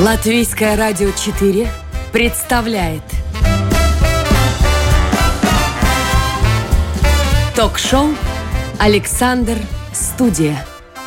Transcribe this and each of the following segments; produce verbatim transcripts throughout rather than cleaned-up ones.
Латвийское радио четыре представляет ток-шоу «Александр Студия».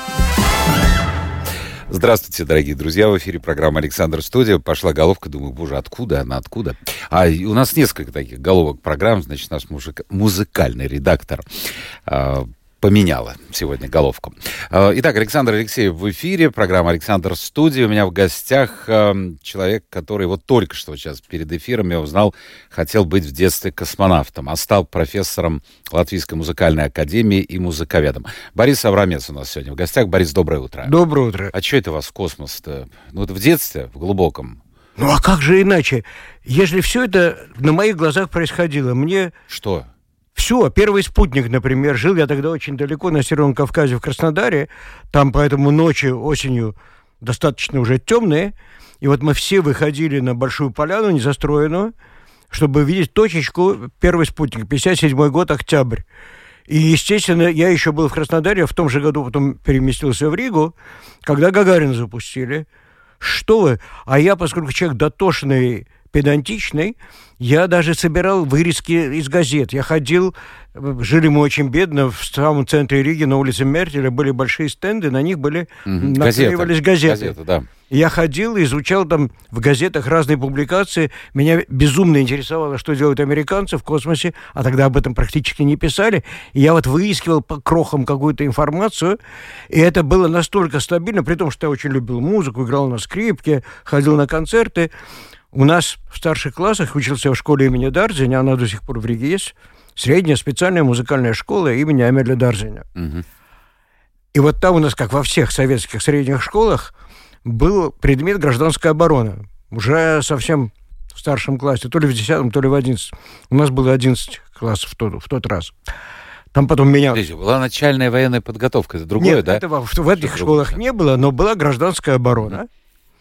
Здравствуйте, дорогие друзья. В эфире программа «Александр Студия». Пошла головка, думаю, боже, откуда она, откуда? А у нас несколько таких головок программ. Значит, наш мужик, музыкальный редактор э, поменяла сегодня головку. Э, итак, Александр Алексеев в эфире. Программа «Александр Студия». У меня в гостях э, человек, который вот только что сейчас перед эфиром я узнал, хотел быть в детстве космонавтом, а стал профессором Латвийской музыкальной академии и музыковедом. Борис Аврамец у нас сегодня в гостях. Борис, доброе утро. Доброе утро. А что это вас в космос-то? Ну, вот в детстве, в глубоком. Ну, а как же иначе? Если все это на моих глазах происходило, мне... Что? Все. Первый спутник, например, жил я тогда очень далеко, на Северном Кавказе, в Краснодаре. Там поэтому ночи, осенью достаточно уже темные. И вот мы все выходили на большую поляну, незастроенную, чтобы видеть точечку первый спутник. пятьдесят седьмой год, октябрь. И, естественно, я еще был в Краснодаре, а в том же году потом переместился в Ригу, когда Гагарина запустили. Что вы? А я, поскольку человек дотошный, педантичный, я даже собирал вырезки из газет. Я ходил, жили мы очень бедно, в самом центре Риги, на улице Мертеля, были большие стенды, на них были, mm-hmm. наклеивались газеты. Газеты, да. Я ходил и изучал там в газетах разные публикации. Меня безумно интересовало, что делают американцы в космосе, а тогда об этом практически не писали. И я вот выискивал по крохам какую-то информацию, и это было настолько стабильно, при том, что я очень любил музыку, играл на скрипке, ходил на концерты. У нас в старших классах учился в школе имени Дарзиня, она до сих пор в Риге есть, средняя специальная музыкальная школа имени Амеля Дарзиня. Угу. И вот там у нас, как во всех советских средних школах, был предмет гражданская оборона. Уже совсем в старшем классе, то ли в десятом, то ли в одиннадцатом. У нас было одиннадцать классов в тот, в тот раз. Там потом меня... Подождите, была начальная военная подготовка, это другое, Нет, да? этого в, в этих школах другое? Не было, но была гражданская оборона. Mm-hmm.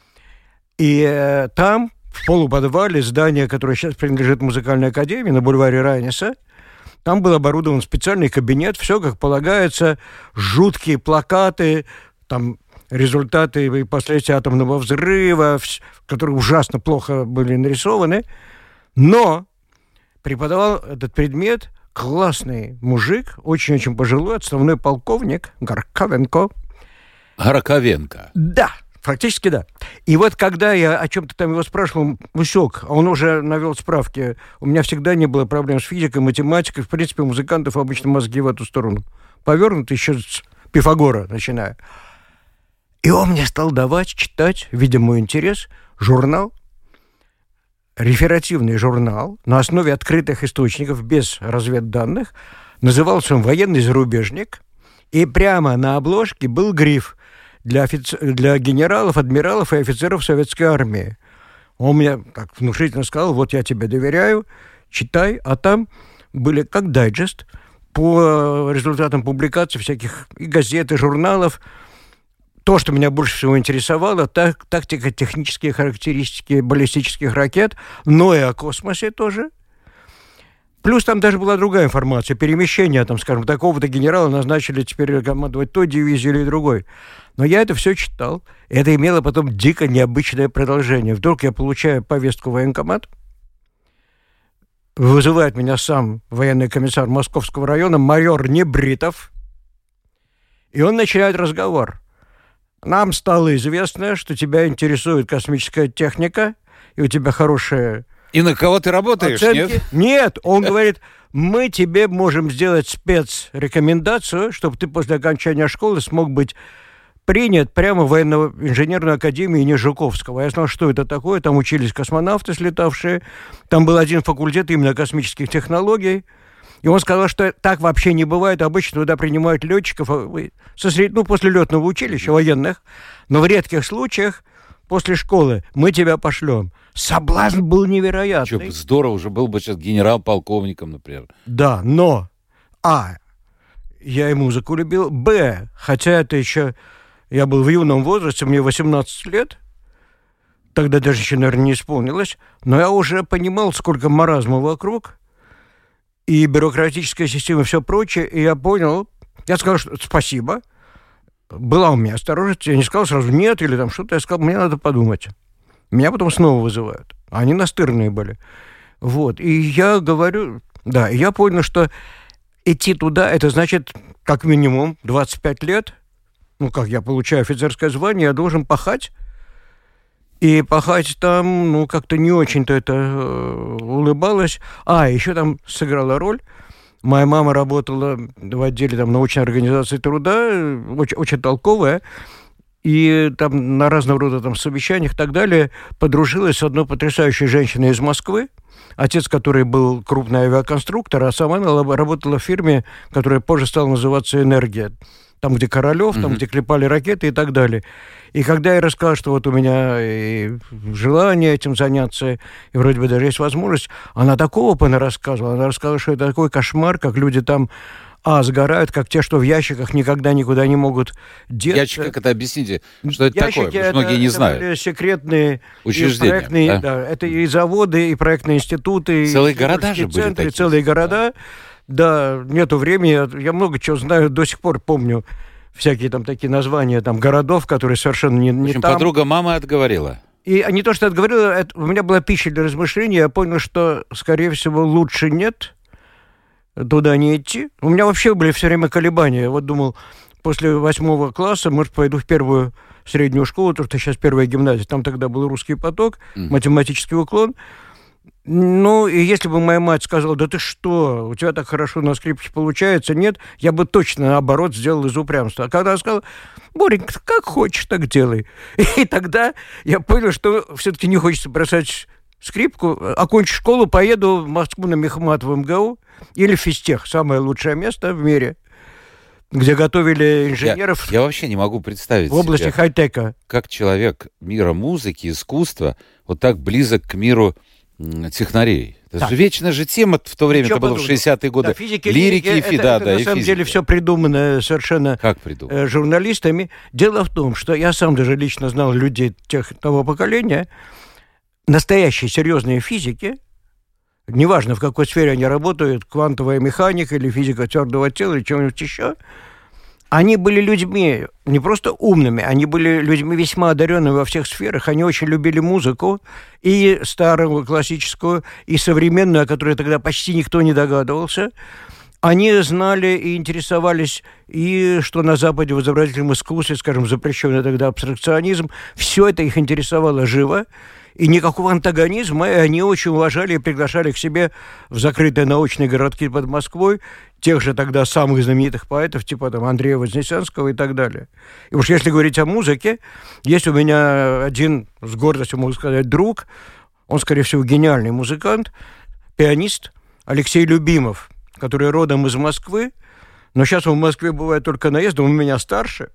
И э, там, в полуподвале здания, которое сейчас принадлежит музыкальной академии, на бульваре Райнеса, там был оборудован специальный кабинет, все как полагается, жуткие плакаты, там... результаты и последствия атомного взрыва, которые ужасно плохо были нарисованы. Но преподавал этот предмет классный мужик, очень-очень пожилой, отставной полковник Гарковенко. Гарковенко? Да, фактически да. И вот когда я о чем-то там его спрашивал, усек, а он уже навел справки, у меня всегда не было проблем с физикой, математикой. В принципе, у музыкантов обычно мозги в эту сторону повернуты, еще с Пифагора начиная. И он мне стал давать, читать, видя мой интерес, журнал, реферативный журнал на основе открытых источников, без разведданных. Назывался он «Военный зарубежник». И прямо на обложке был гриф для, офици... для генералов, адмиралов и офицеров советской армии. Он мне так внушительно сказал: вот я тебе доверяю, читай. А там были как дайджест по результатам публикаций всяких и газет, и журналов. То, что меня больше всего интересовало, так, тактика, технические характеристики баллистических ракет, но и о космосе тоже. Плюс там даже была другая информация, перемещение, там, скажем, такого-то генерала назначили теперь командовать той дивизией или другой. Но я это все читал, и это имело потом дико необычное продолжение. Вдруг я получаю повестку в военкомат, вызывает меня сам военный комиссар Московского района, майор Небритов, и он начинает разговор. Нам стало известно, что тебя интересует космическая техника, и у тебя хорошие... И на кого ты работаешь, оценки. Нет? Нет, он говорит, мы тебе можем сделать спецрекомендацию, чтобы ты после окончания школы смог быть принят прямо в военно-инженерную академию имени Жуковского. Я знал, что это такое, там учились космонавты слетавшие, там был один факультет именно космических технологий. И он сказал, что так вообще не бывает. Обычно туда принимают летчиков сосред... ну, после летного училища, военных. Но в редких случаях после школы мы тебя пошлем. Соблазн был невероятный. Что, здорово, уже был бы сейчас генерал-полковником, например. Да, но А, я и музыку любил. Б, хотя это еще... Я был в юном возрасте, мне восемнадцать лет. Тогда даже еще, наверное, не исполнилось. Но я уже понимал, сколько маразма вокруг. И бюрократическая система, и все прочее. И я понял, я сказал, что спасибо. Была у меня осторожность. Я не сказал сразу нет или там что-то. Я сказал, мне надо подумать. Меня потом снова вызывают. Они настырные были. Вот. И я говорю... Да, я понял, что идти туда, это значит, как минимум, двадцать пять лет. Ну, как я получаю офицерское звание, я должен пахать. И пахать там, ну, как-то не очень-то это э, улыбалось. А, еще там сыграла роль. Моя мама работала в отделе там, научной организации труда, очень, очень толковая. И там на разного рода там совещаниях и так далее подружилась с одной потрясающей женщиной из Москвы, отец которой был крупный авиаконструктор, а сама она работала в фирме, которая позже стала называться «Энергия». Там, где Королев, там, mm-hmm. где клепали ракеты и так далее. И когда я рассказал, что вот у меня и желание этим заняться, и вроде бы даже есть возможность, она такого понарассказывала. Она рассказала, что это такой кошмар, как люди там а, сгорают, как те, что в ящиках никогда никуда не могут деться. Ящик, как это объясните, что это Ящики, такое? Потому что это, многие не это знают. Были секретные учреждения. Проектные, да? Да, это и заводы, и проектные институты. Целые и города же были центры, такие. целые города. Да. да, нету времени. Я, я много чего знаю, до сих пор помню всякие там такие названия там городов, которые совершенно не, не в общем, там. подруга мамы отговорила. И не то, что отговорила, это, у меня была пища для размышлений, я понял, что, скорее всего, лучше нет туда не идти. У меня вообще были все время колебания. Я вот думал, после восьмого класса, может, пойду в первую среднюю школу, потому что сейчас первая гимназия, там тогда был русский поток, mm. математический уклон. Ну, и если бы моя мать сказала, да ты что, у тебя так хорошо на скрипке получается, нет, я бы точно, наоборот, сделал из упрямства. А когда она сказала, Боренька, как хочешь, так делай. И тогда я понял, что все-таки не хочется бросать скрипку. Окончу школу, поеду в Москву на Мехматово МГУ или в физтех, самое лучшее место в мире, где готовили инженеров. Я, я вообще не могу представить в области себя, хай-тека. Как человек мира музыки, искусства, вот так близок к миру технарей. Это да. же вечная же тема в то время, это было в шестидесятые годы. Да, физики, лирики, и фи, это, да, это, да, на и самом физики. деле все придумано совершенно как придумано? журналистами. Дело в том, что я сам даже лично знал людей тех, того поколения, настоящие серьезные физики, неважно в какой сфере они работают, квантовая механика или физика твердого тела или чего-нибудь еще, они были людьми не просто умными, они были людьми весьма одаренными во всех сферах. Они очень любили музыку, и старую, классическую, и современную, о которой тогда почти никто не догадывался. Они знали и интересовались, и что на Западе в изобразительном искусстве, скажем, запрещенный тогда абстракционизм, все это их интересовало живо. И никакого антагонизма, и они очень уважали и приглашали к себе в закрытые научные городки под Москвой тех же тогда самых знаменитых поэтов, типа там Андрея Вознесенского и так далее. И уж если говорить о музыке, есть у меня один, с гордостью могу сказать, друг, он, скорее всего, гениальный музыкант, пианист Алексей Любимов, который родом из Москвы, но сейчас он в Москве бывает только наездом, он у меня старше.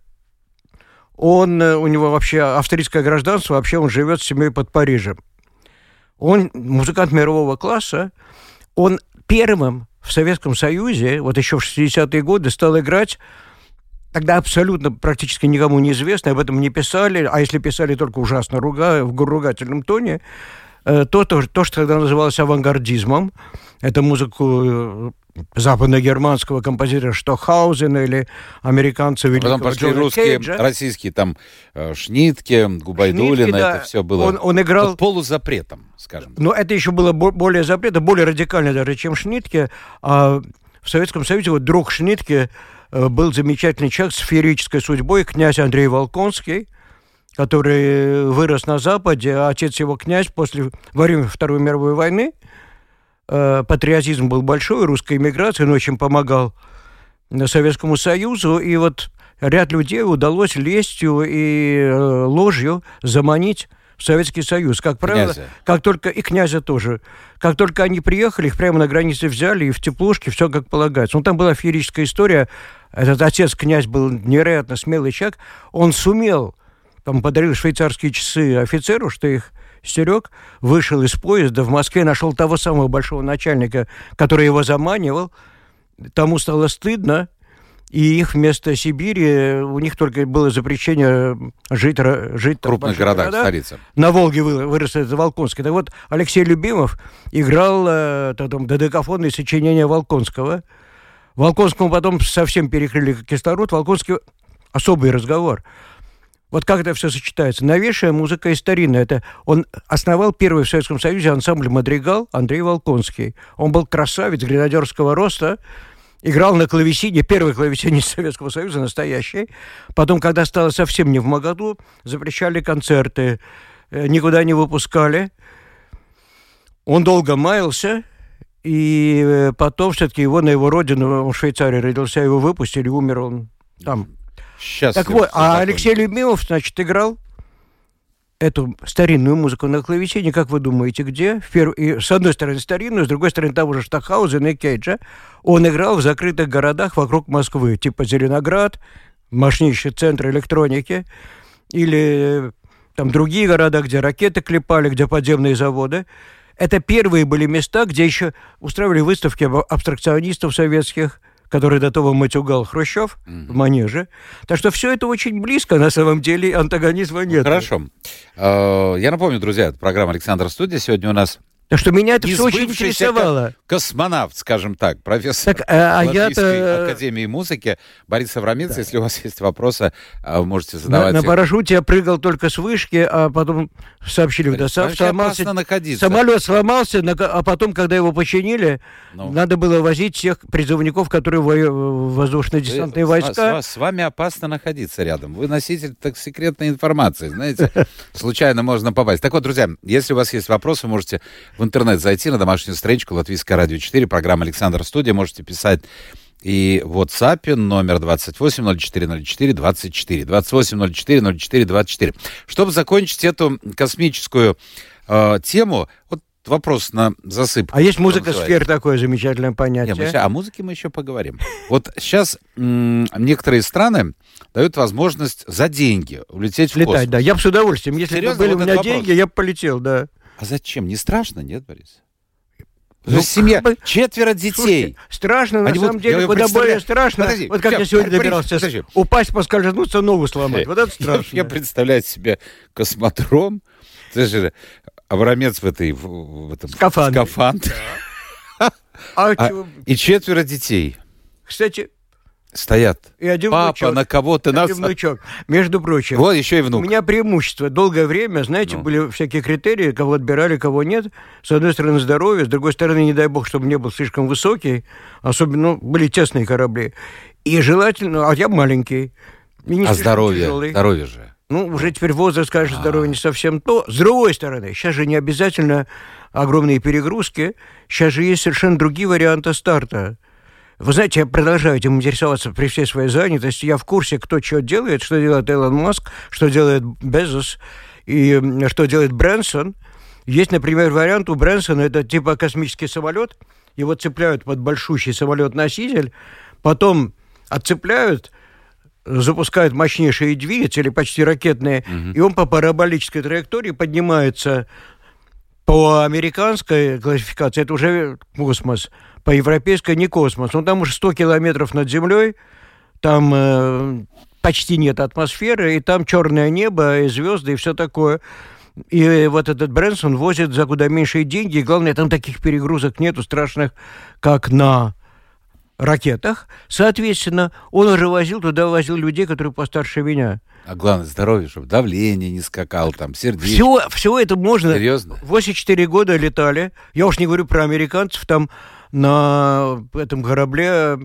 Он, у него вообще австрийское гражданство, вообще он живет с семьей под Парижем. Он музыкант мирового класса. Он первым в Советском Союзе, вот еще в шестидесятые годы, стал играть, тогда абсолютно практически никому неизвестно, об этом не писали, а если писали, только ужасно руга, в ругательном тоне, то, то, то, что тогда называлось авангардизмом. Это музыку западно-германского композитора Штокхаузена или американца великого Потом пошли Джона русские, Кейджа. Российские, там, Шнитке, Губайдулина, Шнитке, да. это все было он, он играл... под полузапретом, скажем. Но это еще было более запрета, более радикально даже, чем Шнитке. А в Советском Союзе вот друг Шнитке был замечательный человек с феерической судьбой, князь Андрей Волконский, который вырос на Западе, а отец его князь после, во время Второй мировой войны. Патриотизм был большой, русская эмиграция, он очень помогал Советскому Союзу, и вот ряд людей удалось лестью и ложью заманить в Советский Союз. Как правило, князя. как только и князя тоже. Как только они приехали, их прямо на границе взяли, и в теплушке все как полагается. Ну, там была феерическая история. Этот отец, князь, был невероятно смелый человек. Он сумел, там, подарил швейцарские часы офицеру, что их стерег, вышел из поезда, в Москве нашел того самого большого начальника, который его заманивал. Тому стало стыдно, и их вместо Сибири, у них только было запрещение жить, жить в крупных городах, городах, столицах. На Волге вырос этот Волконский. Так вот, Алексей Любимов играл там, додекафонные сочинения Волконского. Волконскому потом совсем перекрыли кислород. Волконский особый разговор. Вот как это все сочетается. Новейшая музыка и старинная. Это он основал первый в Советском Союзе ансамбль «Мадригал» Андрей Волконский. Он был красавец гренадерского роста, играл на клавесине, первый клавесинист Советского Союза, настоящий. Потом, когда стало совсем не вмоготу, запрещали концерты, никуда не выпускали. Он долго маялся, и потом все-таки его на его родину, он в Швейцарии родился, его выпустили, умер он там. Сейчас так вот, а Алексей Любимов, значит, играл эту старинную музыку на клавесине, как вы думаете, где? В перв... и, с одной стороны старинную, с другой стороны того же Штахаузена и Кейджа. Он играл в закрытых городах вокруг Москвы, типа Зеленоград, мощнейший центр электроники, или там другие города, где ракеты клепали, где подземные заводы. Это первые были места, где еще устраивали выставки абстракционистов советских, который до того матюгал Хрущев mm-hmm. в Манеже. Так что все это очень близко, на самом деле антагонизма нет. Хорошо. Я напомню, друзья, это программа «Александр Студия». Сегодня у нас... Так что меня это все очень интересовало. Космонавт, скажем так, профессор так, а, Латвийской а академии музыки Борис Аврамец. Да. Если у вас есть вопросы, можете задавать. На, на парашюте я прыгал только с вышки, а потом сообщили в ДОСААФ, сломался, самолет сломался, а потом, когда его починили, ну. надо было возить всех призывников, которые в воздушно-десантные войска. С, с, с вами опасно находиться рядом. Вы носитель так секретной информации, знаете, случайно можно попасть. Так вот, друзья, если у вас есть вопросы, вы можете в интернет зайти на домашнюю страничку Латвийское радио четыре, программа «Александр Студия». Можете писать и в WhatsApp номер двадцать восемь ноль четыре ноль четыре двадцать четыре. двадцать восемь ноль четыре ноль четыре двадцать четыре. Чтобы закончить эту космическую э, тему, вот вопрос на засыпку. А есть музыка сфер, такое замечательное понятие. Нет, мы, о музыке мы еще поговорим. Вот сейчас м- некоторые страны дают возможность за деньги улететь в Летать, космос. Да, я бы с удовольствием. Если Серьезно, бы были вот у меня деньги, я бы полетел, да. А зачем? Не страшно, нет, Борис? Ну, семья, бы... четверо детей. Слушайте, страшно, на Они самом вот, деле, куда более страшно. Подожди, вот как я сегодня добирался, подожди. упасть, поскользнуться, ногу сломать. Вот это страшно. Я, я представляю себе космодром. Ты же Аврамец в этой... В, в этом скафандре. скафандре. А, а, и четверо детей. Кстати... Стоят. И один Папа внучок. на кого-то нас... внучок. Между прочим. Вот еще и внук. У меня преимущество. Долгое время, знаете, ну. были всякие критерии, кого отбирали, кого нет. С одной стороны, здоровье, с другой стороны, не дай бог, чтобы не был слишком высокий. Особенно, ну, были тесные корабли. И желательно... А я маленький. А здоровье? Тяжелый. Здоровье же. Ну, уже теперь возраст, конечно, здоровье не совсем то. С другой стороны, сейчас же не обязательно огромные перегрузки. Сейчас же есть совершенно другие варианты старта. Вы знаете, я продолжаю этим интересоваться при всей своей занятости. Я в курсе, кто что делает, что делает Илон Маск, что делает Безос и что делает Брэнсон. Есть, например, вариант у Брэнсона, это типа космический самолет. Его цепляют под большущий самолет-носитель, потом отцепляют, запускают мощнейшие двигатели, почти ракетные, угу. и он по параболической траектории поднимается по американской классификации, это уже космос, по европейской не космос. Ну, там уже сто километров над землей, там э, почти нет атмосферы, и там черное небо, и звезды, и все такое. И вот этот Брэнсон возит за куда меньшие деньги, и главное, там таких перегрузок нету страшных, как на ракетах. Соответственно, он уже возил, туда возил людей, которые постарше меня. А главное, здоровье, чтобы давление не скакало, там, сердечко. Все, все это можно. Серьезно? восемьдесят четыре года летали. Я уж не говорю про американцев, там на этом корабле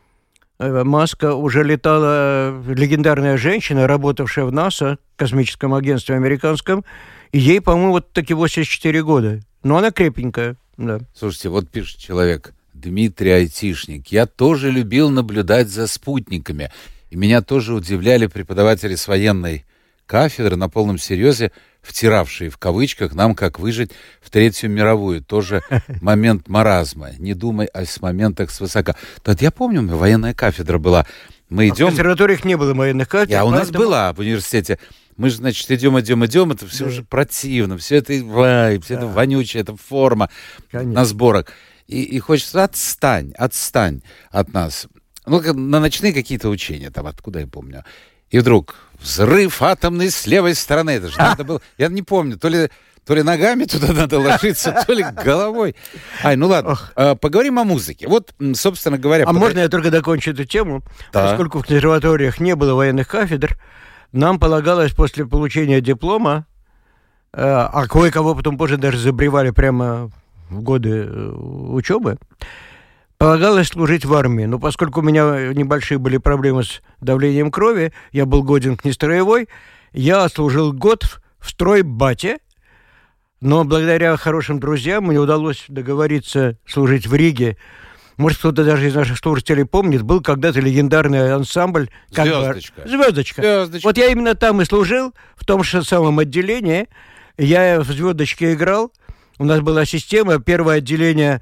Маска уже летала легендарная женщина, работавшая в НАСА, космическом агентстве американском, и ей, по-моему, вот таки восемьдесят четыре года. Но она крепенькая, да. Слушайте, вот пишет человек, Дмитрий Айтишник, я тоже любил наблюдать за спутниками. И меня тоже удивляли преподаватели с военной кафедры на полном серьезе, втиравшие в кавычках нам, как выжить в Третью мировую. Тоже момент маразма. Не думай о моментах свысока. Тут я помню, у меня военная кафедра была. Мы идем... А в консерваториях не было военных кафедр. А у нас была в университете. Мы же, значит, идем, идем, идем, это все да. уже противно, все это, вай, все да. это вонючее, это форма Конечно. на сборах. И, и хочется, отстань, отстань от нас. Ну, на ночные какие-то учения, там, откуда я помню. И вдруг взрыв атомный с левой стороны. Это же надо было, я не помню, то ли, то ли ногами туда надо ложиться, то ли головой. Ай, ну ладно, а, поговорим о музыке. Вот, собственно говоря... А пока... можно я только докончу эту тему? Да. Поскольку в консерваториях не было военных кафедр, нам полагалось после получения диплома, э, а кое-кого потом позже даже забревали прямо в годы учебы, полагалось служить в армии. Но поскольку у меня небольшие были проблемы с давлением крови, я был годен к нестроевой, я служил год в стройбате, но благодаря хорошим друзьям мне удалось договориться служить в Риге. Может, кто-то даже из наших слушателей помнит, был когда-то легендарный ансамбль как «Звездочка». Бы... «Звездочка». «Звездочка». Вот я именно там и служил, в том же самом отделении. Я в «Звездочке» играл. У нас была система, первое отделение,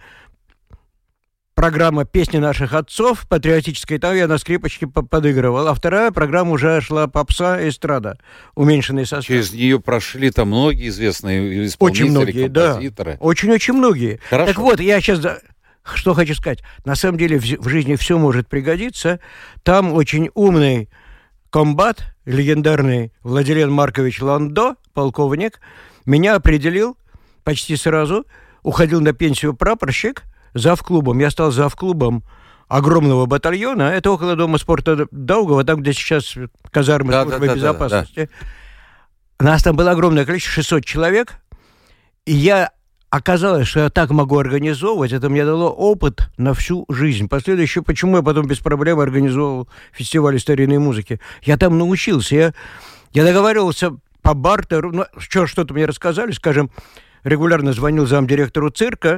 программа «Песни наших отцов», патриотическая, там я на скрипочке подыгрывал, а вторая программа уже шла попса, эстрада, уменьшенный состав. Через нее прошли там многие известные исполнители, очень многие, композиторы. Да. Очень-очень многие. Хорошо. Так вот, я сейчас... Что хочу сказать. На самом деле в жизни все может пригодиться. Там очень умный комбат, легендарный Владилен Маркович Ландо, полковник, меня определил почти сразу, уходил на пенсию прапорщик, завклубом. Я стал завклубом огромного батальона. Это около Дома спорта Даугава, там, где сейчас казармы да, службы да, безопасности. Да, да, да. Нас там было огромное количество, шестьсот человек. И я... Оказалось, что я так могу организовывать, это мне дало опыт на всю жизнь. Последующее, почему я потом без проблем организовывал фестивали старинной музыки. Я там научился, я, я договаривался по бартеру, ну, что, что-то мне рассказали, скажем, регулярно звонил замдиректору цирка,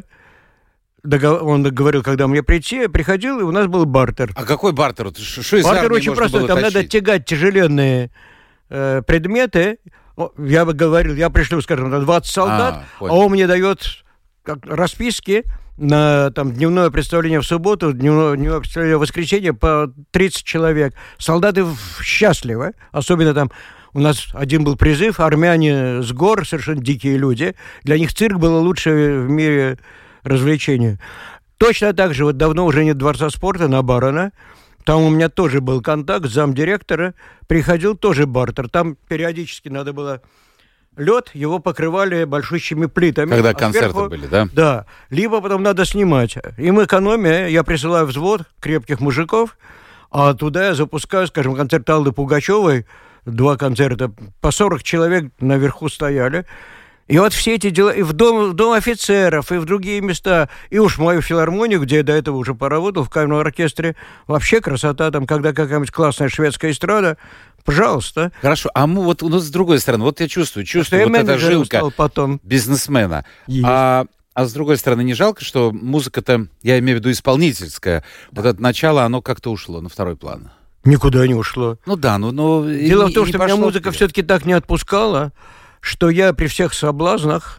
он говорил, когда мне прийти, я приходил, и у нас был бартер. А какой бартер? Что из бартер армии очень можно простой, было там тащить? надо тягать тяжеленные э, предметы. Я бы говорил, я пришлю, скажем, на двадцать солдат, а, а он мне дает как, расписки на там, дневное представление в субботу, дневное, дневное представление в воскресенье по тридцать человек. Солдаты счастливы, особенно там у нас один был призыв, армяне с гор, совершенно дикие люди. Для них цирк было лучшее в мире развлечение. Точно так же, вот давно уже нет Дворца спорта на Барона. Там у меня тоже был контакт, замдиректора, приходил тоже бартер. Там периодически надо было лед, его покрывали большущими плитами. Когда а концерты сверху, были, да? Да. Либо потом надо снимать. Им экономия, я присылаю взвод крепких мужиков, а туда я запускаю, скажем, концерт Аллы Пугачевой, два концерта, по сорок человек наверху стояли. И вот все эти дела, и в дом, в дом офицеров, и в другие места, и уж мою филармонию, где я до этого уже поработал, в камерном оркестре, вообще красота, там, когда какая-нибудь классная шведская эстрада, пожалуйста. Хорошо, а мы вот у нас с другой стороны, вот я чувствую, чувствую я вот эта жилка потом. бизнесмена. А, а с другой стороны, не жалко, что музыка-то, я имею в виду исполнительская, да. Вот это начало, оно как-то ушло на второй план? Никуда не ушло. Ну да, ну... ну Дело и, в том, и что меня музыка вперед. все-таки так не отпускала, что я при всех соблазнах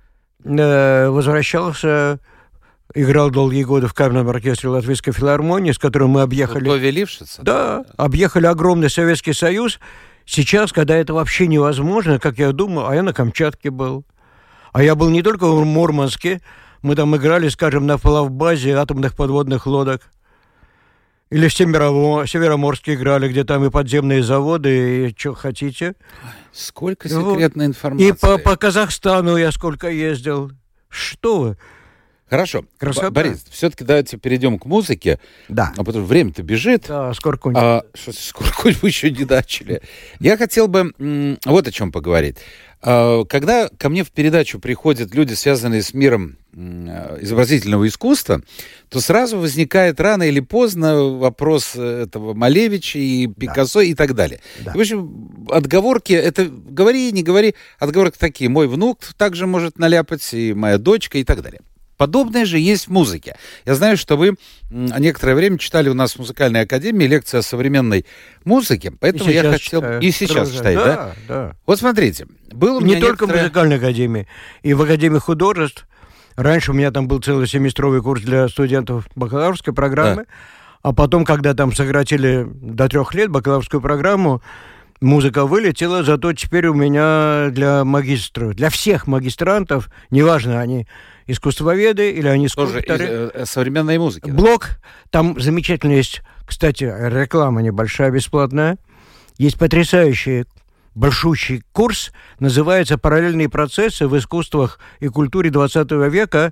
э, возвращался, играл долгие годы в камерном оркестре Латвийской филармонии, с которым мы объехали... Кто Велившица? Да, объехали огромный Советский Союз. Сейчас, когда это вообще невозможно, как я думаю, а я на Камчатке был. А я был не только в Мурманске, мы там играли, скажем, на плавбазе атомных подводных лодок. Или в Североморске играли, где там и подземные заводы, и что хотите. Сколько секретной вот. информации. И по, по Казахстану я сколько ездил. Что вы? Хорошо. Красота. Борис, все-таки давайте перейдем к музыке. Да. А потому что время-то бежит. Да, скоро кончится. А, что, скоро мы еще не начали. Я хотел бы м, вот о чем поговорить. А, когда ко мне в передачу приходят люди, связанные с миром м, изобразительного искусства, то сразу возникает рано или поздно вопрос этого Малевича и Пикассо, да. И так далее. Да. И, в общем, отговорки, это говори, не говори, отговорки такие. Мой внук также может наляпать, и моя дочка, и так далее. Подобное же есть в музыке. Я знаю, что вы некоторое время читали у нас в музыкальной академии лекции о современной музыке, поэтому я хотел... Читаю. И сейчас читаете, да? Да, да. Вот смотрите, был у не меня только некоторое... в музыкальной академии, и в Академии художеств. Раньше у меня там был целый семестровый курс для студентов бакалаврской программы, да. А потом, когда там сократили до трех лет бакалаврскую программу, музыка вылетела, зато теперь у меня для магистров, для всех магистрантов, неважно, они искусствоведы или они скульпторы. Тоже из, э, современной музыки. Блок, да? Там замечательно есть, кстати, реклама небольшая, бесплатная. Есть потрясающий, большущий курс, называется «Параллельные процессы в искусствах и культуре двадцатого века».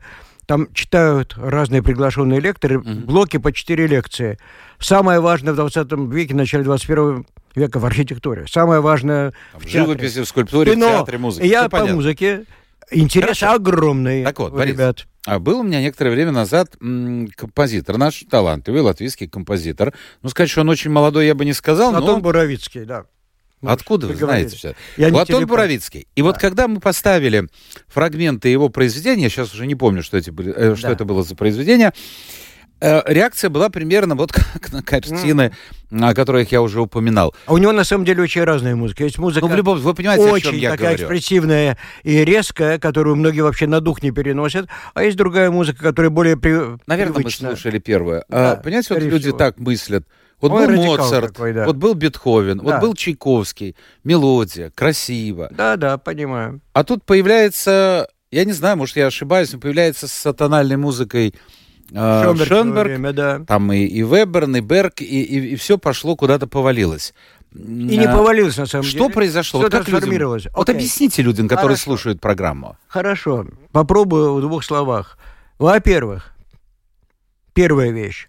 Там читают разные приглашенные лекторы, mm-hmm. блоки по четыре лекции. Самое важное в двадцатом веке, в начале двадцать первого века в архитектуре. Самое важное там, в живописи, в скульптуре, кино. В театре, музыке. Я Все по понятно. музыке. Интерес Хорошо. огромный. Так вот, у Борис, ребят. А был у меня некоторое время назад м, композитор, наш талантливый латвийский композитор. Ну, сказать, что он очень молодой, я бы не сказал, Платон но... Боровицкий, да. Откуда вы, вы знаете все? Я Платон Боровицкий. И да. вот когда мы поставили фрагменты его произведения, сейчас уже не помню, что, эти были, э, что да. это было за произведение, э, реакция была примерно вот как на картины, mm. о которых я уже упоминал. А у него на самом деле очень разная музыка. Есть музыка ну, в любом, вы понимаете, очень о чем я такая говорю. экспрессивная и резкая, которую многие вообще на дух не переносят, а есть другая музыка, которая более при... Наверное, привычна. мы слушали первое. Да, а, понимаете, вот люди всего. так мыслят. Вот Он был Моцарт, такой, да. вот был Бетховен, Да. вот был Чайковский, мелодия, красиво. Да, да, понимаю. А тут появляется, я не знаю, может, я ошибаюсь, но появляется с тональной музыкой э, Шönberg, Шönberg, время, да. там и, и Веберн, и Берг, и, и, и все пошло куда-то повалилось. И не повалилось, на самом Что деле. произошло? Все Вот, как людям... трансформировалось. вот Окей. объясните людям, которые Хорошо. слушают программу. Хорошо. Попробую в двух словах. Во-первых, первая вещь.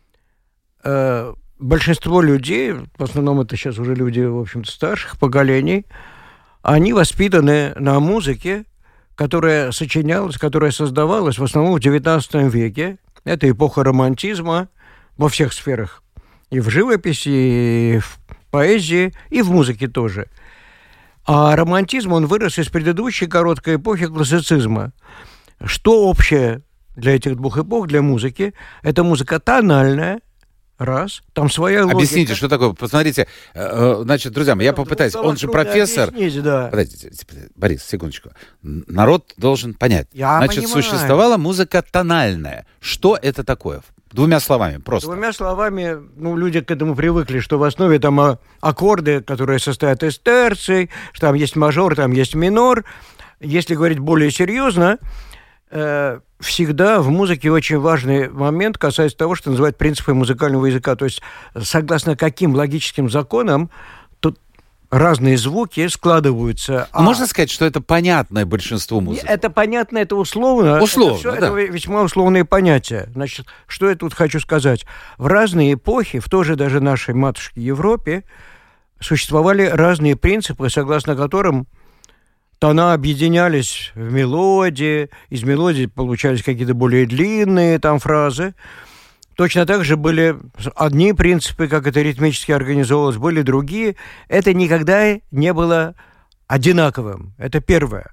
Э, большинство людей, в основном это сейчас уже люди, в общем-то, старших поколений, они воспитаны на музыке, которая сочинялась, которая создавалась в основном в девятнадцатом веке. Это эпоха романтизма во всех сферах. И в живописи, и в поэзии, и в музыке тоже. А романтизм, он вырос из предыдущей короткой эпохи классицизма. Что общее для этих двух эпох, для музыки? Это музыка тональная, раз, там своя логика. Объясните, что такое? Посмотрите, значит, друзья мои, я попытаюсь. Он же профессор. Да. Подождите, Борис, секундочку. Народ должен понять. Я Значит, понимаю. существовала музыка тональная. Что это такое? Двумя словами, просто. Двумя словами, ну, люди к этому привыкли, что в основе там а, аккорды, которые состоят из терций, что там есть мажор, там есть минор. Если говорить более серьезно, э, всегда в музыке очень важный момент касается того, что называют принципы музыкального языка. То есть, согласно каким логическим законам тут разные звуки складываются. А... Можно сказать, что это понятное большинству музыки? Это понятно, это условно. Условно, это, все, да. это весьма условные понятия. Значит, что я тут хочу сказать? В разные эпохи, в той же даже нашей матушке Европе, существовали разные принципы, согласно которым тона объединялись в мелодии, из мелодии получались какие-то более длинные там фразы. Точно так же были одни принципы, как это ритмически организовывалось, были другие. Это никогда не было одинаковым. Это первое.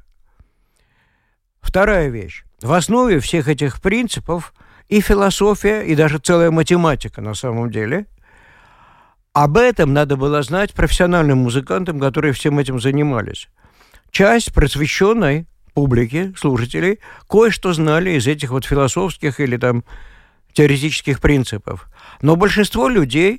Вторая вещь. В основе всех этих принципов и философия, и даже целая математика на самом деле. Об этом надо было знать профессиональным музыкантам, которые всем этим занимались. Часть просвещенной публики, слушателей, кое-что знали из этих вот философских или там теоретических принципов. Но большинство людей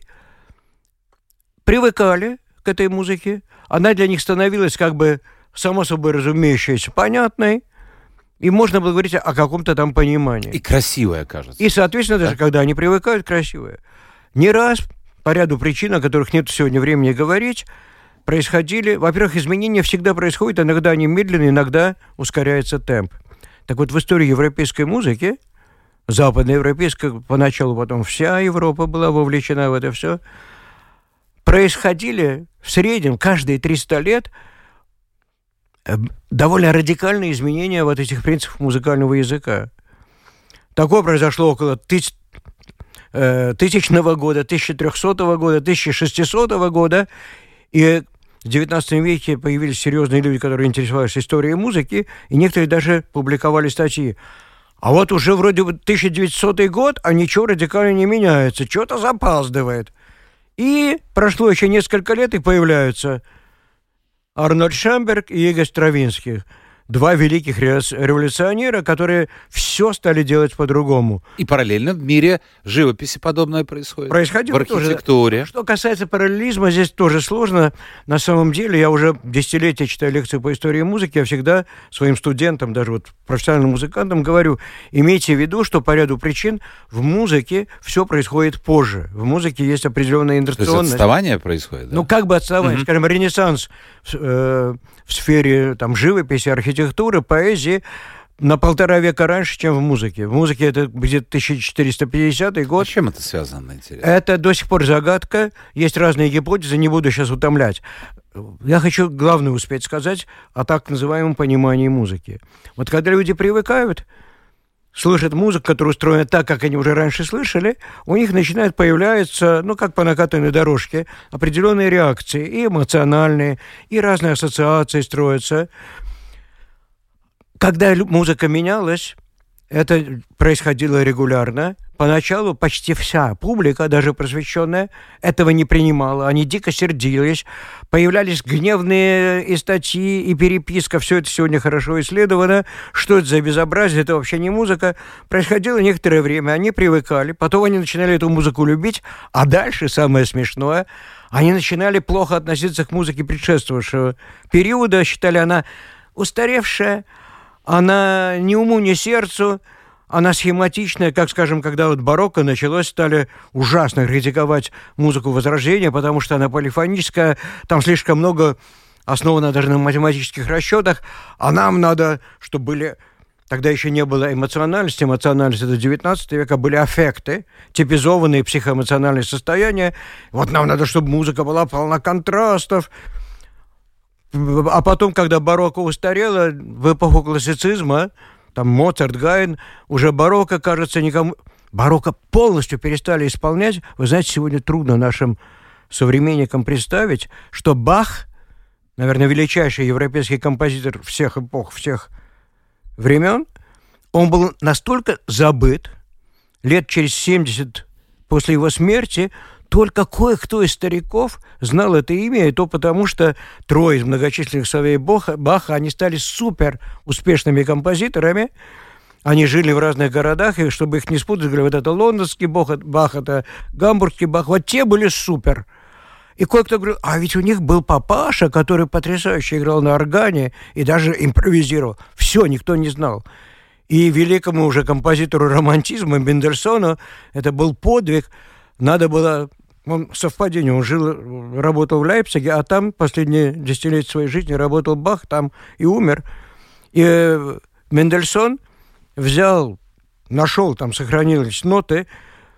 привыкали к этой музыке. Она для них становилась как бы само собой разумеющейся, понятной. И можно было говорить о каком-то там понимании. И красивая, кажется. И, соответственно, даже да? когда они привыкают, красивая. Не раз, по ряду причин, о которых нет сегодня времени говорить, происходили... Во-первых, изменения всегда происходят, иногда они медленные, иногда ускоряется темп. Так вот, в истории европейской музыки, западноевропейской, поначалу потом вся Европа была вовлечена в это все, происходили в среднем каждые триста лет довольно радикальные изменения вот этих принципов музыкального языка. Такое произошло около тысяч, э, тысячного года, тысяча трехсотого года, тысяча шестисотого года, и в девятнадцатом веке появились серьезные люди, которые интересовались историей музыки, и некоторые даже публиковали статьи. А вот уже вроде бы тысяча девятисотый год, а ничего радикально не меняется, что-то запаздывает. И прошло еще несколько лет, и появляются Арнольд Шönberg и Игорь Стравинский. Два великих революционера, которые все стали делать по-другому. И параллельно в мире живописи подобное происходит. Происходило в архитектуре. Тоже. Что касается параллелизма, здесь тоже сложно. На самом деле, я уже десятилетия читаю лекции по истории музыки, я всегда своим студентам, даже вот профессиональным музыкантам говорю, имейте в виду, что по ряду причин в музыке все происходит позже. В музыке есть определенная инерционность. То есть отставание происходит, да? Ну, как бы отставание. Mm-hmm. Скажем, ренессанс э, в сфере там, живописи, архитектуры, поэзии на полтора века раньше, чем в музыке. В музыке это где-то тысяча четыреста пятидесятый год. А с чем это связано, интересно? Это до сих пор загадка. Есть разные гипотезы, не буду сейчас утомлять. Я хочу главное успеть сказать о так называемом понимании музыки. Вот когда люди привыкают, слышат музыку, которая устроена так, как они уже раньше слышали, у них начинают появляться, ну, как по накатанной дорожке, определенные реакции, и эмоциональные, и разные ассоциации строятся. Когда музыка менялась, это происходило регулярно. Поначалу почти вся публика, даже просвещенная, этого не принимала. Они дико сердились. Появлялись гневные и статьи, и переписка. Все это сегодня хорошо исследовано. Что это за безобразие? Это вообще не музыка. Происходило некоторое время. Они привыкали. Потом они начинали эту музыку любить. А дальше, самое смешное, они начинали плохо относиться к музыке предшествовавшего периода. Считали, она устаревшая, она ни уму, ни сердцу, она схематичная, как, скажем, когда вот барокко началось, стали ужасно критиковать музыку Возрождения, потому что она полифоническая, там слишком много основано даже на математических расчетах, а нам надо, чтобы были... Тогда еще не было эмоциональности, эмоциональность это девятнадцатый век, а были аффекты, типизованные психоэмоциональные состояния. Вот нам надо, чтобы музыка была полна контрастов. А потом, когда барокко устарело, в эпоху классицизма, там Моцарт, Гайен, уже барокко, кажется, никому... Барокко полностью перестали исполнять. Вы знаете, сегодня трудно нашим современникам представить, что Бах, наверное, величайший европейский композитор всех эпох, всех времен, он был настолько забыт, лет через семьдесят после его смерти, только кое-кто из стариков знал это имя, и то потому, что трое из многочисленных сыновей Баха, Баха, они стали супер успешными композиторами. Они жили в разных городах, и чтобы их не спутать, говорили, вот это лондонский Бах, Бах, это гамбургский Бах. Вот те были супер. И кое-кто говорил, а ведь у них был папаша, который потрясающе играл на органе и даже импровизировал. Все, никто не знал. И великому уже композитору романтизма Мендельсону это был подвиг. Надо было... Он совпадение, он жил, работал в Лейпциге, а там последние десятилетия своей жизни работал Бах, там и умер. И Мендельсон взял, нашел, там сохранились ноты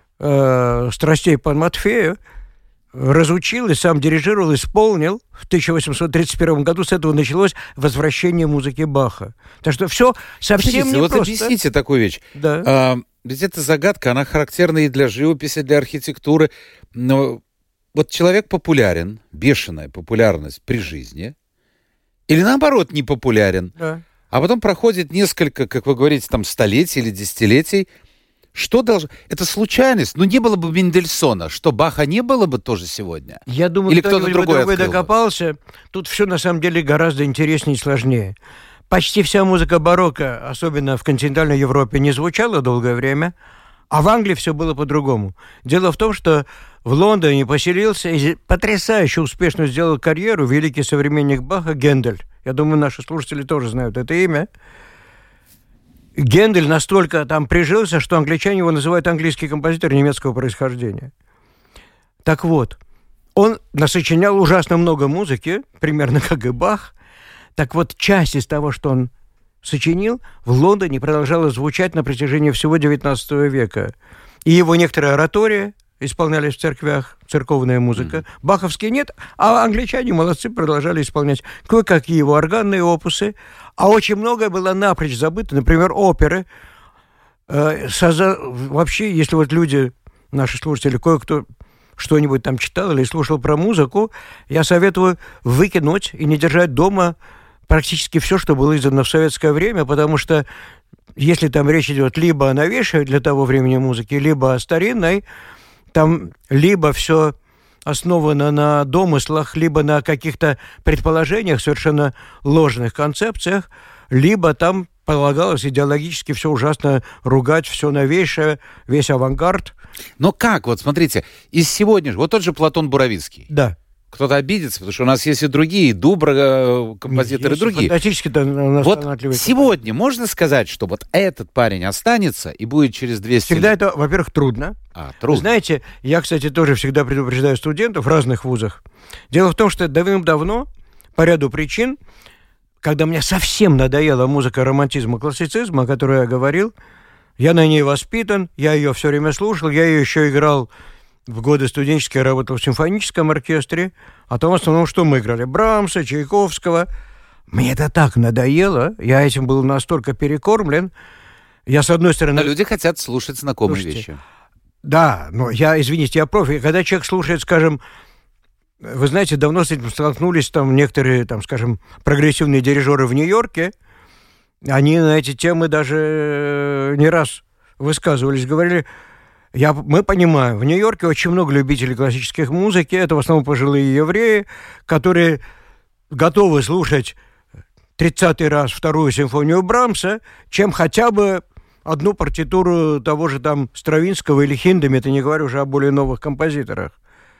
э, страстей по Матфею, разучил и сам дирижировал, исполнил. В тысяча восемьсот тридцать первом году с этого началось возвращение музыки Баха. Так что все совсем не вот просто. Вот объясните такую вещь. Да. А, ведь эта загадка, она характерна и для живописи, для архитектуры. Но вот человек популярен, бешеная популярность при жизни, или наоборот не популярен, Да. а потом проходит несколько, как вы говорите, там столетий или десятилетий. Что должно... Это случайность. Ну, не было бы Мендельсона. Что, Баха не было бы тоже сегодня? Я думаю, Или кто-нибудь кто-то другой открыл докопался. Тут все, на самом деле, гораздо интереснее и сложнее. Почти вся музыка барокко, особенно в континентальной Европе, не звучала долгое время, а в Англии все было по-другому. Дело в том, что в Лондоне поселился и потрясающе успешно сделал карьеру великий современник Баха Гендель. Я думаю, наши слушатели тоже знают это имя. Гендель настолько там прижился, что англичане его называют английский композитор немецкого происхождения. Так вот, он насочинял ужасно много музыки, примерно как и Бах. Так вот, часть из того, что он сочинил, в Лондоне продолжала звучать на протяжении всего девятнадцатого века. И его некоторые оратории исполнялись в церквях, церковная музыка. Mm-hmm. Баховские нет, а англичане молодцы, продолжали исполнять кое-какие его органные опусы. А очень многое было напрочь забыто, например, оперы. Э, соза... Вообще, если вот люди, наши слушатели, кое-кто что-нибудь там читал или слушал про музыку, я советую выкинуть и не держать дома практически все, что было издано в советское время, потому что если там речь идет либо о новейшей для того времени музыке, либо о старинной, там либо все основано на домыслах, либо на каких-то предположениях, совершенно ложных концепциях, либо там полагалось идеологически все ужасно ругать, все новейшее, весь авангард. Но как? Вот смотрите, из сегодняшнего... Вот тот же Платон Буровицкий. Да. Кто-то обидится, потому что у нас есть и другие, Дубра, композиторы, есть другие. Фантастически-то у нас вот талантливые. сегодня можно сказать, что вот этот парень останется и будет через двести Всегда лет? это, во-первых, трудно. А, трудно. Вы знаете, я, кстати, тоже всегда предупреждаю студентов в разных вузах. Дело в том, что давным-давно, по ряду причин, когда мне совсем надоела музыка романтизма, классицизма, о которой я говорил, я на ней воспитан, я ее все время слушал, я ее еще играл в годы студенческие, работал в симфоническом оркестре, а там в основном что мы играли? Брамса, Чайковского. Мне это так надоело, я этим был настолько перекормлен. Я, с одной стороны... Но люди хотят слушать знакомые Слушайте, вещи. Да, но я, извините, я профи. Когда человек слушает, скажем, вы знаете, давно с этим столкнулись там некоторые, там, скажем, прогрессивные дирижеры в Нью-Йорке, они на эти темы даже не раз высказывались, говорили, я, мы понимаем, в Нью-Йорке очень много любителей классических музыки, это в основном пожилые евреи, которые готовы слушать тридцатый раз вторую симфонию Брамса, чем хотя бы одну партитуру того же там Стравинского или Хиндеми, это не говорю уже о более новых композиторах.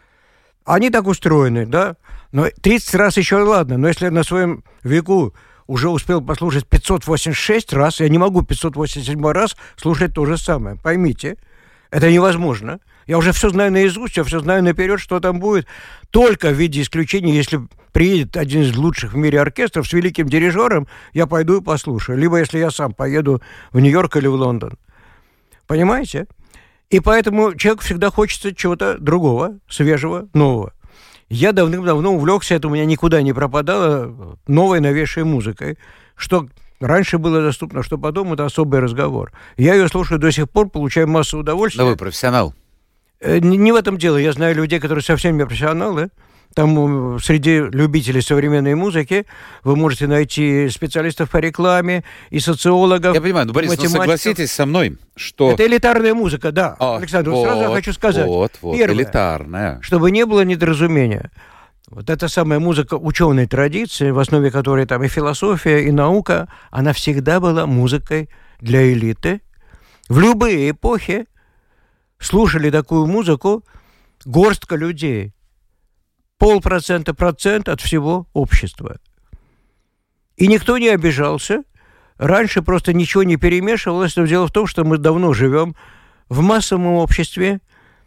Они так устроены, да? Но тридцать раз еще ладно, но если я на своем веку уже успел послушать пятьсот восемьдесят шесть раз, я не могу пятьсот восемьдесят седьмой раз слушать то же самое. Поймите, это невозможно. Я уже все знаю наизусть, я все знаю наперед, что там будет. Только в виде исключения, если приедет один из лучших в мире оркестров с великим дирижером, я пойду и послушаю. Либо если я сам поеду в Нью-Йорк или в Лондон. Понимаете? И поэтому человеку всегда хочется чего-то другого, свежего, нового. Я давным-давно увлекся, это у меня никуда не пропадало, новой новейшей музыкой, что раньше было доступно, что потом это особый разговор. Я ее слушаю до сих пор, получаю массу удовольствия. Да вы профессионал. Не, не в этом дело. Я знаю людей, которые совсем не профессионалы. Там среди любителей современной музыки вы можете найти специалистов по рекламе и социологов. Я понимаю, но, Борис, ну согласитесь со мной, что... Это элитарная музыка, да. А, Александр, вот, сразу я хочу сказать. Вот, вот, Первое, элитарная. чтобы не было недоразумения. Вот эта самая музыка ученой традиции, в основе которой там и философия, и наука, она всегда была музыкой для элиты. В любые эпохи слушали такую музыку горстка людей. Полпроцента, процент от всего общества. И никто не обижался. Раньше просто ничего не перемешивалось. Но дело в том, что мы давно живем в массовом обществе,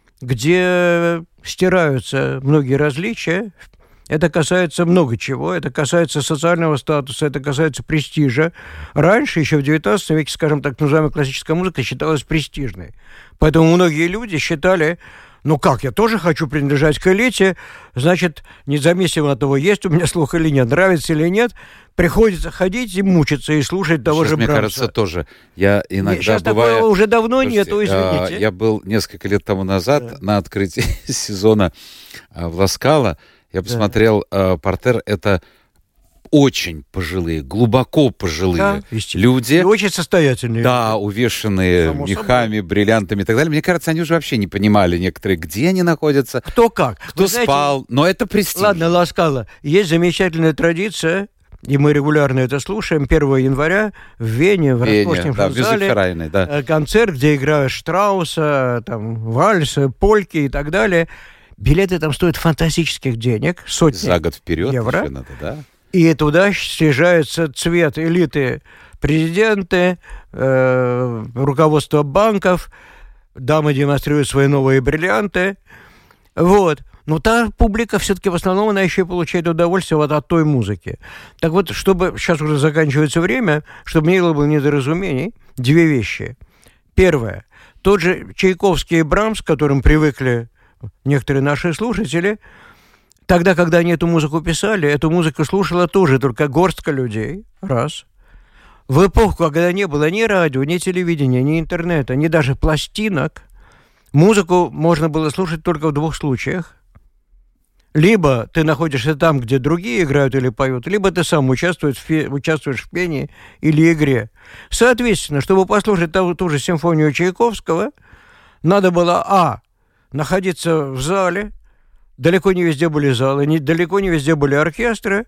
где стираются многие различия. Это касается много чего. Это касается социального статуса, это касается престижа. Раньше, еще в девятнадцатом веке, скажем так, называемая классическая музыка считалась престижной. Поэтому многие люди считали, ну как, я тоже хочу принадлежать к элите, значит, независимо от того, есть у меня слух или нет, нравится или нет, приходится ходить и мучиться, и слушать того Сейчас, же мне Брамса. кажется, тоже. Я иногда Сейчас бываю... такого уже давно Слушайте, нету, извините. А, я был несколько лет тому назад да. на открытии сезона а, в Ла-Скала. Я посмотрел да. а, портер. Это очень пожилые, глубоко пожилые да, люди. И очень состоятельные. Да, увешанные Само мехами, собой. бриллиантами и так далее. Мне кажется, они уже вообще не понимали некоторые, где они находятся. Кто как. Кто Вы спал. Знаете, но это престиж. Ладно, Ла-Скала. Есть замечательная традиция, и мы регулярно это слушаем. первого января в Вене, в Вене, роскошном да, зале, да. концерт, где играют Штрауса, там, вальсы, польки и так далее. Билеты там стоят фантастических денег, сотни За год вперед евро. Надо, да? И туда съезжается цвет элиты, президенты, э, руководство банков, дамы демонстрируют свои новые бриллианты. Вот. Но та публика все-таки в основном она еще и получает удовольствие вот от той музыки. Так вот, чтобы сейчас уже заканчивается время, чтобы не было недоразумений, две вещи. Первое. Тот же Чайковский и Брамс, к которым привыкли некоторые наши слушатели, тогда, когда они эту музыку писали, эту музыку слушала тоже только горстка людей. Раз. В эпоху, когда не было ни радио, ни телевидения, ни интернета, ни даже пластинок, музыку можно было слушать только в двух случаях. Либо ты находишься там, где другие играют или поют, либо ты сам участвуешь в, фе- участвуешь в пении или игре. Соответственно, чтобы послушать ту, ту же симфонию Чайковского, надо было, а, находиться в зале. Далеко не везде были залы, не, далеко не везде были оркестры.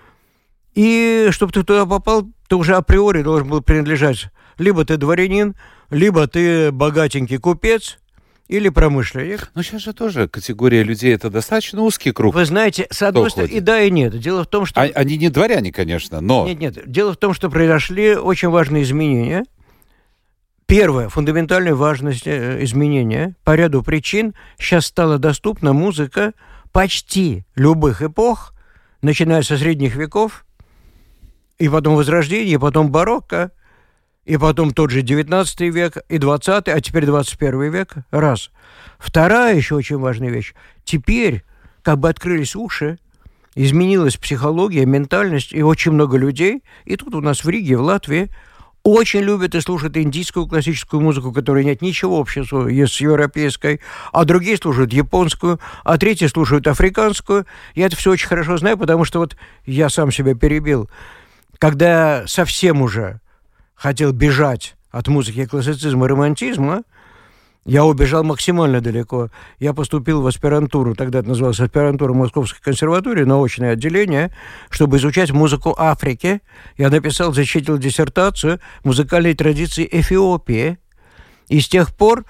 И чтобы ты туда попал, ты уже априори должен был принадлежать. Либо ты дворянин, либо ты богатенький купец или промышленник. Но сейчас же тоже категория людей, это достаточно узкий круг. Вы знаете, с одной стороны, и да, и нет. Дело в том, что... А, они не дворяне, конечно, но... Нет, нет. Дело в том, что произошли очень важные изменения. Первое, фундаментальной важности изменения по ряду причин. Сейчас стала доступна музыка почти любых эпох, начиная со средних веков и потом Возрождение, и потом барокко, и потом тот же девятнадцатый век, и двадцатый, а теперь двадцать первый век. Раз. Вторая еще очень важная вещь. Теперь как бы открылись уши, изменилась психология, ментальность, и очень много людей, и тут у нас в Риге, в Латвии, очень любят и слушают индийскую классическую музыку, которая нет ничего общего с европейской, а другие слушают японскую, а третьи слушают африканскую. Я это все очень хорошо знаю, потому что вот я сам себя перебил. Когда совсем уже хотел бежать от музыки классицизма и романтизма, я убежал максимально далеко. Я поступил в аспирантуру, тогда это называлось аспирантура Московской консерватории, научное отделение, чтобы изучать музыку Африки. Я написал, защитил диссертацию «Музыкальные традиции Эфиопии». И с тех пор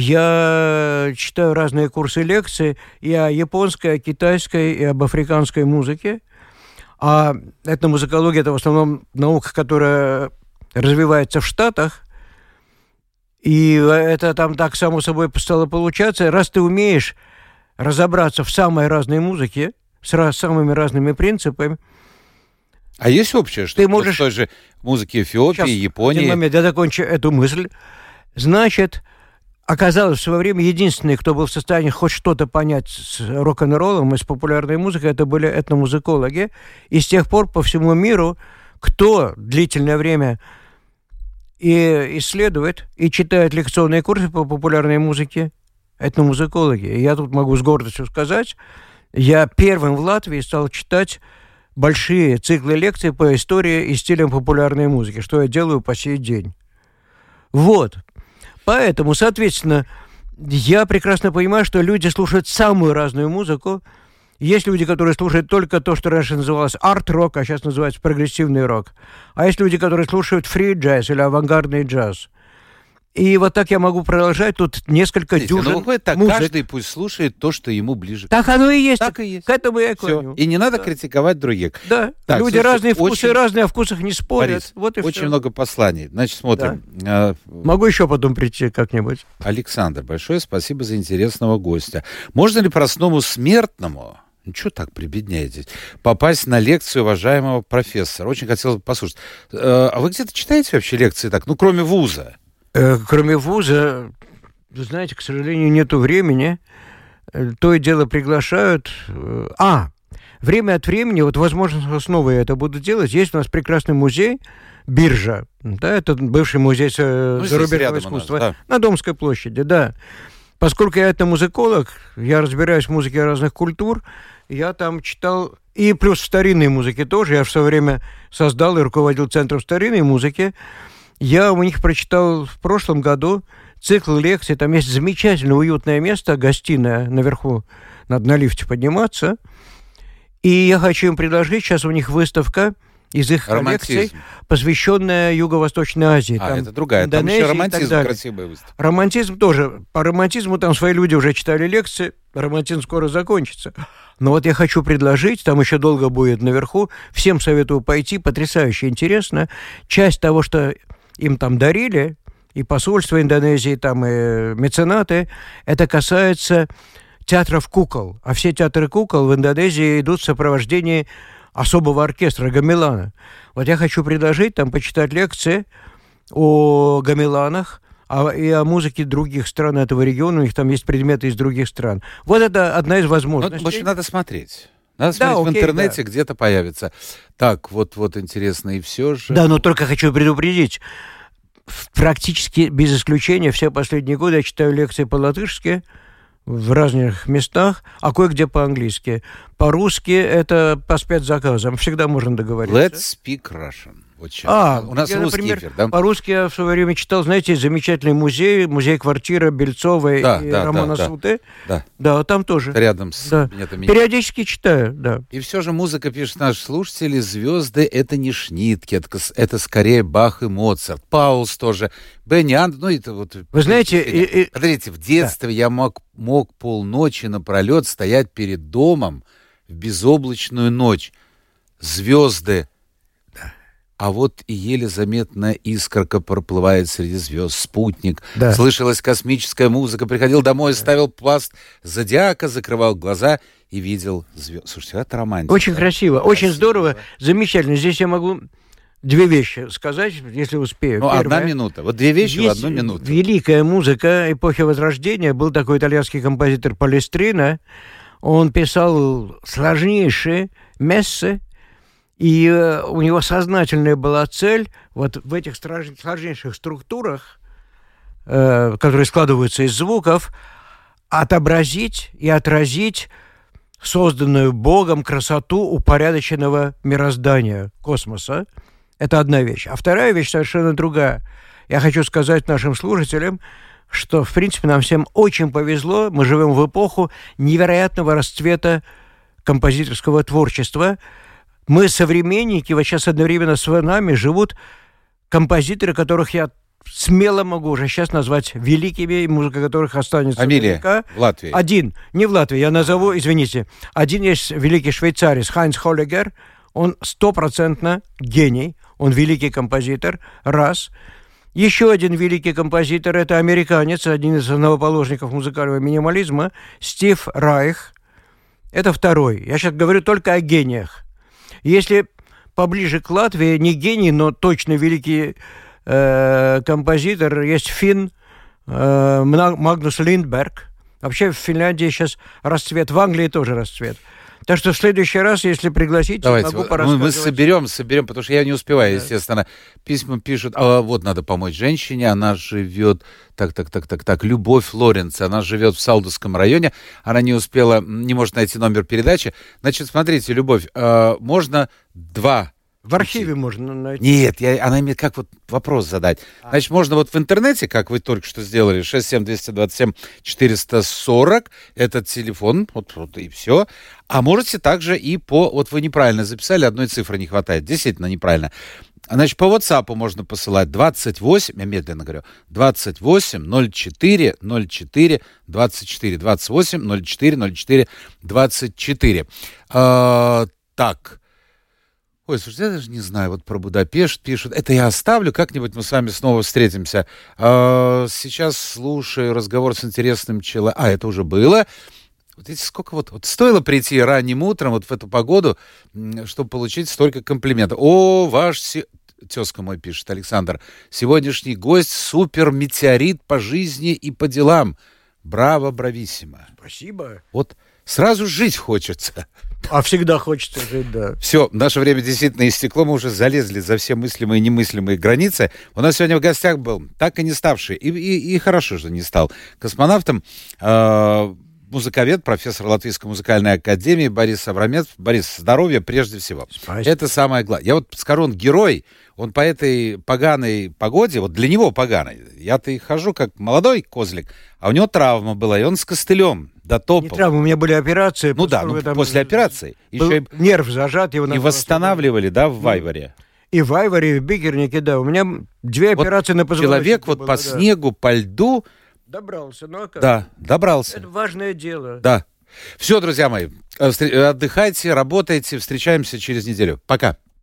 я читаю разные курсы лекций и о японской, о китайской, и об африканской музыке. А этномузыкология – это в основном наука, которая развивается в Штатах. И это там так само собой стало получаться. Раз ты умеешь разобраться в самой разной музыке, с раз, самыми разными принципами. А есть общее, что ты можешь... в той же музыке Эфиопии, Сейчас, Японии... один момент, я закончу эту мысль. Значит, оказалось, в свое время единственные, кто был в состоянии хоть что-то понять с рок-н-роллом и с популярной музыкой, это были этномузыкологи. И с тех пор по всему миру, кто длительное время... и исследует, и читает лекционные курсы по популярной музыке, этномузыкологи. И я тут могу с гордостью сказать, я первым в Латвии стал читать большие циклы лекций по истории и стилям популярной музыки, что я делаю по сей день. Вот. Поэтому, соответственно, я прекрасно понимаю, что люди слушают самую разную музыку. Есть люди, которые слушают только то, что раньше называлось арт-рок, а сейчас называется прогрессивный рок. А есть люди, которые слушают фри-джаз или авангардный джаз. И вот так я могу продолжать. Тут несколько Смотрите, дюжин ну, выходит так, музык. каждый пусть слушает то, что ему ближе. Так оно и есть. Так и есть. К этому я и Все. клоню. И не надо да. критиковать других. Да, Так, люди слушайте, разные вкусы, очень... разные о вкусах не спорят. Борис, вот и очень все. много посланий. Значит, смотрим. Да. Могу еще потом прийти как-нибудь. Александр, большое спасибо за интересного гостя. Можно ли простому смертному... Ну, что так прибедняетесь? Попасть на лекцию уважаемого профессора. Очень хотелось бы послушать. Э, а вы где-то читаете вообще лекции так? Ну, кроме вуза. Э, кроме вуза, вы знаете, к сожалению, нету времени. Э, то и дело приглашают. Э, а, время от времени, вот, возможно, снова я это буду делать. Есть у нас прекрасный музей «Биржа». Да, это бывший музей э, ну, зарубежного искусства. Нас, да. На Домской площади, да. Поскольку я это музыколог, я разбираюсь в музыке разных культур, я там читал, и плюс в старинной музыке тоже, я в свое время создал и руководил Центром старинной музыки. Я у них прочитал в прошлом году цикл лекций, там есть замечательно уютное место, гостиная наверху, надо на лифте подниматься. И я хочу им предложить, сейчас у них выставка из их коллекций, посвященная Юго-Восточной Азии. А, там это другая, там еще романтизм, красивая выставка. Романтизм тоже. По романтизму там свои люди уже читали лекции, романтизм скоро закончится. Но вот я хочу предложить, там еще долго будет наверху, всем советую пойти, потрясающе интересно. Часть того, что им там дарили, и посольство Индонезии, там и меценаты, это касается театров кукол. А все театры кукол в Индонезии идут в сопровождении особого оркестра гамелана. Вот я хочу предложить там почитать лекции о гамеланах, а, и о музыке других стран этого региона. У них там есть предметы из других стран. Вот это одна из возможностей. Ну, в общем, надо смотреть. Надо да, смотреть окей, в интернете, да. где-то появится. Так, вот, вот интересно, и все же... Да, но только хочу предупредить. Практически без исключения все последние годы я читаю лекции по-латышски в разных местах, а кое-где по-английски. По-русски это по спецзаказам. Всегда можно договориться. Let's speak Russian. Вот а, у нас я, русский например, эфир, да? По-русски я в свое время читал, знаете, замечательный музей, музей-квартира Бельцовой да, и да, Романа да, Суты. Да. Да, там тоже. Рядом с да. кабинетом. Периодически читаю, да. И все же музыка, пишет наш слушатель, звезды — это не Шнитке, это, это скорее Бах и Моцарт. Паулс тоже, Бенни Анд, ну это вот... Вы знаете... И, и... Смотрите, в детстве да. я мог, мог полночи напролет стоять перед домом в безоблачную ночь. Звезды... А вот и еле заметная искорка проплывает среди звезд. Спутник. Да. Слышалась космическая музыка. Приходил домой, ставил пласт зодиака, закрывал глаза и видел звезд. Слушайте, это романтика. Очень красиво, красиво, очень здорово, замечательно. Здесь я могу две вещи сказать, если успею. Ну, Первое, одна минута. Вот две вещи в одну минуту. Великая музыка эпохи Возрождения. Был такой итальянский композитор Палестрина. Он писал сложнейшие мессы, и у него сознательная была цель вот в этих сложнейших структурах, э, которые складываются из звуков, отобразить и отразить созданную Богом красоту упорядоченного мироздания, космоса. Это одна вещь. А вторая вещь совершенно другая. Я хочу сказать нашим слушателям, что, в принципе, нам всем очень повезло. Мы живем в эпоху невероятного расцвета композиторского творчества. Мы современники, вот сейчас одновременно с нами живут композиторы, которых я смело могу уже сейчас назвать великими, и музыка которых останется Фамилия века. в Латвии. Один, не в Латвии, я назову, извините. Один есть великий швейцарец Хайнц Холлегер. Он стопроцентно гений, он великий композитор, раз. Еще один великий композитор – это американец, один из основоположников музыкального минимализма, Стив Райх. Это второй. Я сейчас говорю только о гениях. Если поближе к Латвии, не гений, но точно великий э, композитор, есть финн э, Магнус Линдберг. Вообще в Финляндии сейчас расцвет, в Англии тоже расцвет. Так что в следующий раз, если пригласите, давайте, могу мы, порассказывать. мы соберем, соберем, потому что я не успеваю, Да. естественно. Письма пишут, а вот надо помочь женщине, она живет, так, так, так, так, так, Любовь Лоренц, она живет в Салдовском районе, она не успела, не может найти номер передачи. Значит, смотрите, Любовь, э, можно два... В архиве можно найти. Нет, я, она имеет как вот вопрос задать. Значит, можно вот в интернете, как вы только что сделали, шесть семь два два семь четыре сорок, этот телефон, вот, вот и все. А можете также и по... Вот вы неправильно записали, одной цифры не хватает. Действительно неправильно. Значит, по WhatsApp можно посылать двадцать восемь, я медленно говорю, двадцать восемь ноль четыре ноль четыре двадцать четыре, двадцать восемь ноль четыре ноль четыре двадцать четыре. А, так... Ой, слушайте, я даже не знаю, вот про Будапешт пишут. Это я оставлю, как-нибудь мы с вами снова встретимся. А, сейчас слушаю разговор с интересным человеком. А, это уже было. Вот видите, сколько вот, вот стоило прийти ранним утром вот в эту погоду, чтобы получить столько комплиментов. О, ваш... Си... Тезка мой пишет, Александр. Сегодняшний гость супер-метеорит по жизни и по делам. Браво, брависсимо. Спасибо. Вот сразу жить хочется. А всегда хочется жить, да. Все, наше время действительно истекло, мы уже залезли за все мыслимые и немыслимые границы. У нас сегодня в гостях был так и не ставший, и, и, и хорошо, что не стал, космонавтом, э, музыковед, профессор Латвийской музыкальной академии Борис Абрамец. Борис, здоровья прежде всего. Спасибо. Это самое главное. Я вот скажу, он герой, он по этой поганой погоде, вот для него поганой, я-то и хожу как молодой козлик, а у него травма была, и он с костылем дотопал. Не травма, у меня были операции. Ну да, ну, после операции. Еще и, нерв зажат. Его и восстанавливали, да, в Вайваре? И в Вайваре, и в Бигернике, да. У меня две вот операции на позвоночнике. Человек вот было, по да. снегу, по льду... Добрался, ну а как? Да, добрался. Это важное дело. Да. Все, друзья мои, отдыхайте, работайте, встречаемся через неделю. Пока.